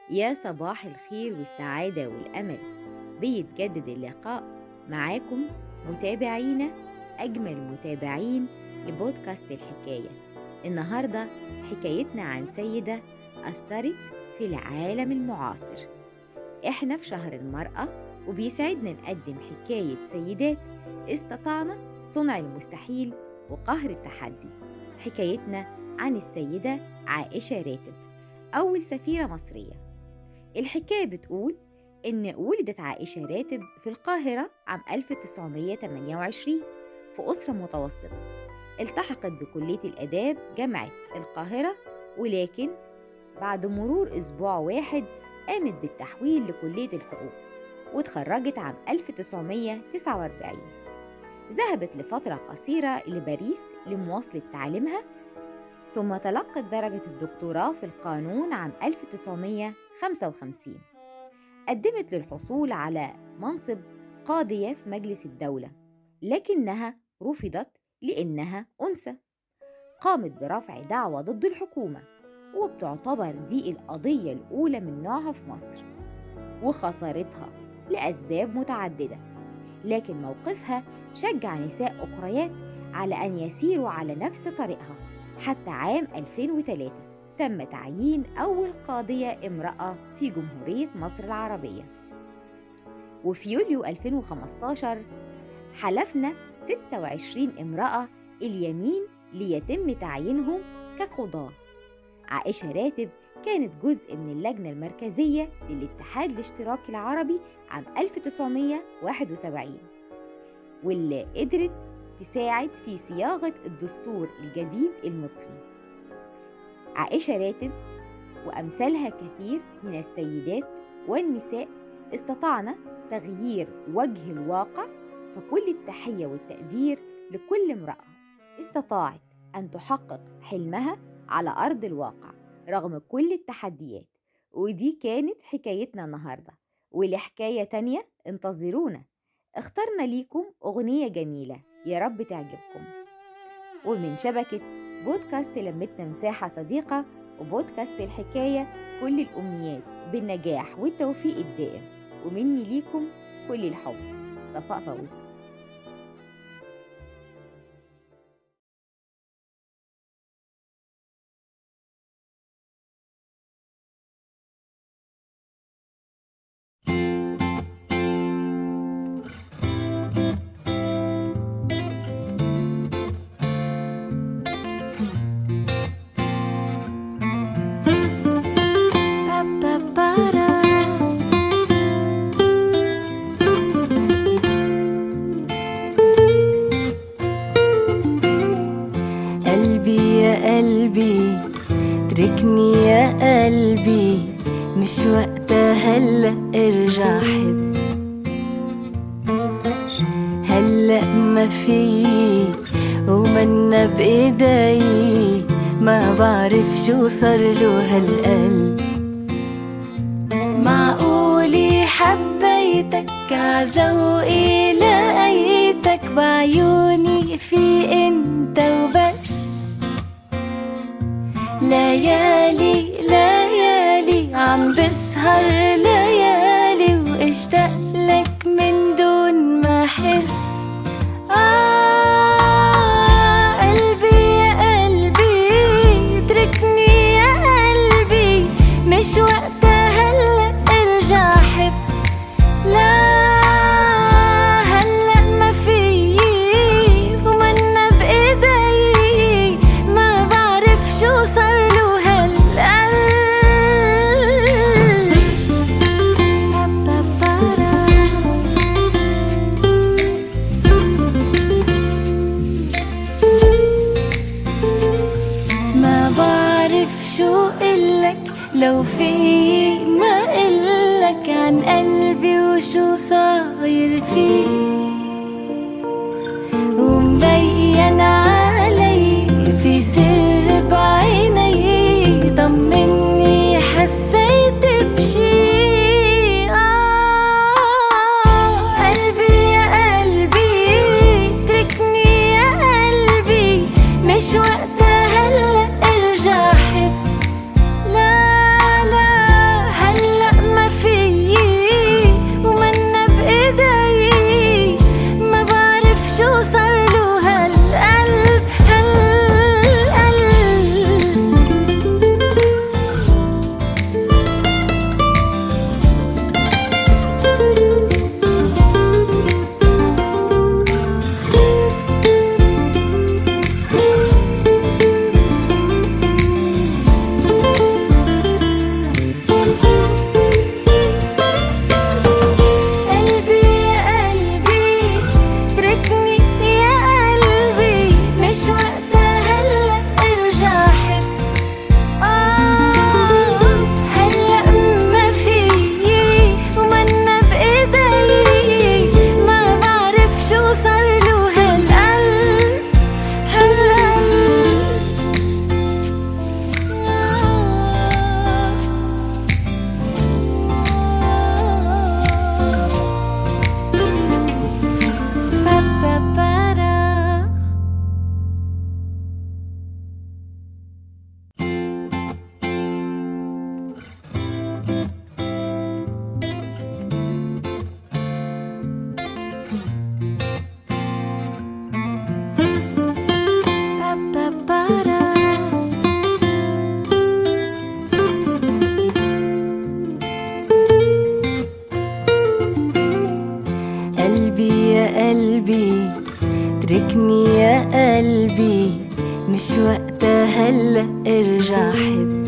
يا صباح الخير والسعادة والأمل. بيتجدد اللقاء معاكم متابعينا، أجمل متابعين لبودكاست الحكاية. النهاردة حكايتنا عن سيدة أثرت في العالم المعاصر. إحنا في شهر المرأة وبيسعدنا نقدم حكاية سيدات استطعنا صنع المستحيل وقهر التحدي. حكايتنا عن السيدة عائشة راتب، أول سفيرة مصرية. الحكاية بتقول إن ولدت عائشة راتب في القاهرة عام 1928 في أسرة متوسطة. التحقت بكلية الآداب جامعة القاهرة، ولكن بعد مرور أسبوع واحد قامت بالتحويل لكلية الحقوق وتخرجت عام 1949. ذهبت لفترة قصيرة لباريس لمواصلة تعليمها، ثم تلقت درجة الدكتوراه في القانون عام 1955. قدمت للحصول على منصب قاضية في مجلس الدولة، لكنها رفضت لأنها أنثى. قامت برفع دعوى ضد الحكومة، وبتعتبر دي القضية الأولى من نوعها في مصر، وخسرتها لأسباب متعددة. لكن موقفها شجع نساء أخريات على أن يسيروا على نفس طريقها. حتى عام 2003 تم تعيين أول قاضية امرأة في جمهورية مصر العربية. وفي يوليو 2015 حلفنا 26 امرأة اليمين ليتم تعيينهم كقضاة. عائشة راتب كانت جزء من اللجنة المركزية للاتحاد الاشتراكي العربي عام 1971، واللي قدرت تساعد في صياغة الدستور الجديد المصري. عائشة راتب وأمثالها كثير من السيدات والنساء استطعنا تغيير وجه الواقع، فكل التحية والتقدير لكل امرأة استطاعت أن تحقق حلمها على أرض الواقع رغم كل التحديات. ودي كانت حكايتنا النهاردة، ولحكاية تانية انتظرونا. اخترنا ليكم أغنية جميلة يا رب تعجبكم. ومن شبكة بودكاست لمتنا مساحة صديقة وبودكاست الحكاية، كل الأمنيات بالنجاح والتوفيق الدائم، ومني ليكم كل الحب. صفاء فوزي. قلبي تركني يا قلبي، مش وقتها هلأ ارجع حب. هلأ ما في ومنا بإيدي، ما بعرف شو صارله هالقلب. معقولي حبيتك عزوقي لقيتك بعيوني في انت وبس. ليالي ليالي عم بسهر ليالي واشتاق لك من دون ما احس. قلبي يا قلبي اتركني يا قلبي، مش وقتها هلأ ارجع حب. لا هلأ ما في ومنا بإيدي، ما بعرف شو صارله شو قلك لو في ما قلك عن قلبي وشو صاير فيه. ومبين علي في سر بعيني، طمني حسيت بشي. قلبي يا قلبي تركني يا قلبي، مش وقتها هلأ ارجع حب. لا لا هلأ تركني يا قلبي، مش وقتها هلأ ارجع حب.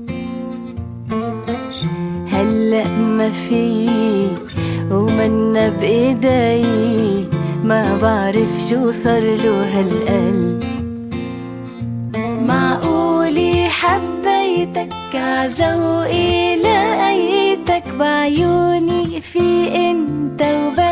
هلأ ما في ومنا بإيدي، ما بعرف شو صارله هالقلب. معقولي حبيتك عذوقي لقيتك بعيوني، في انت وبس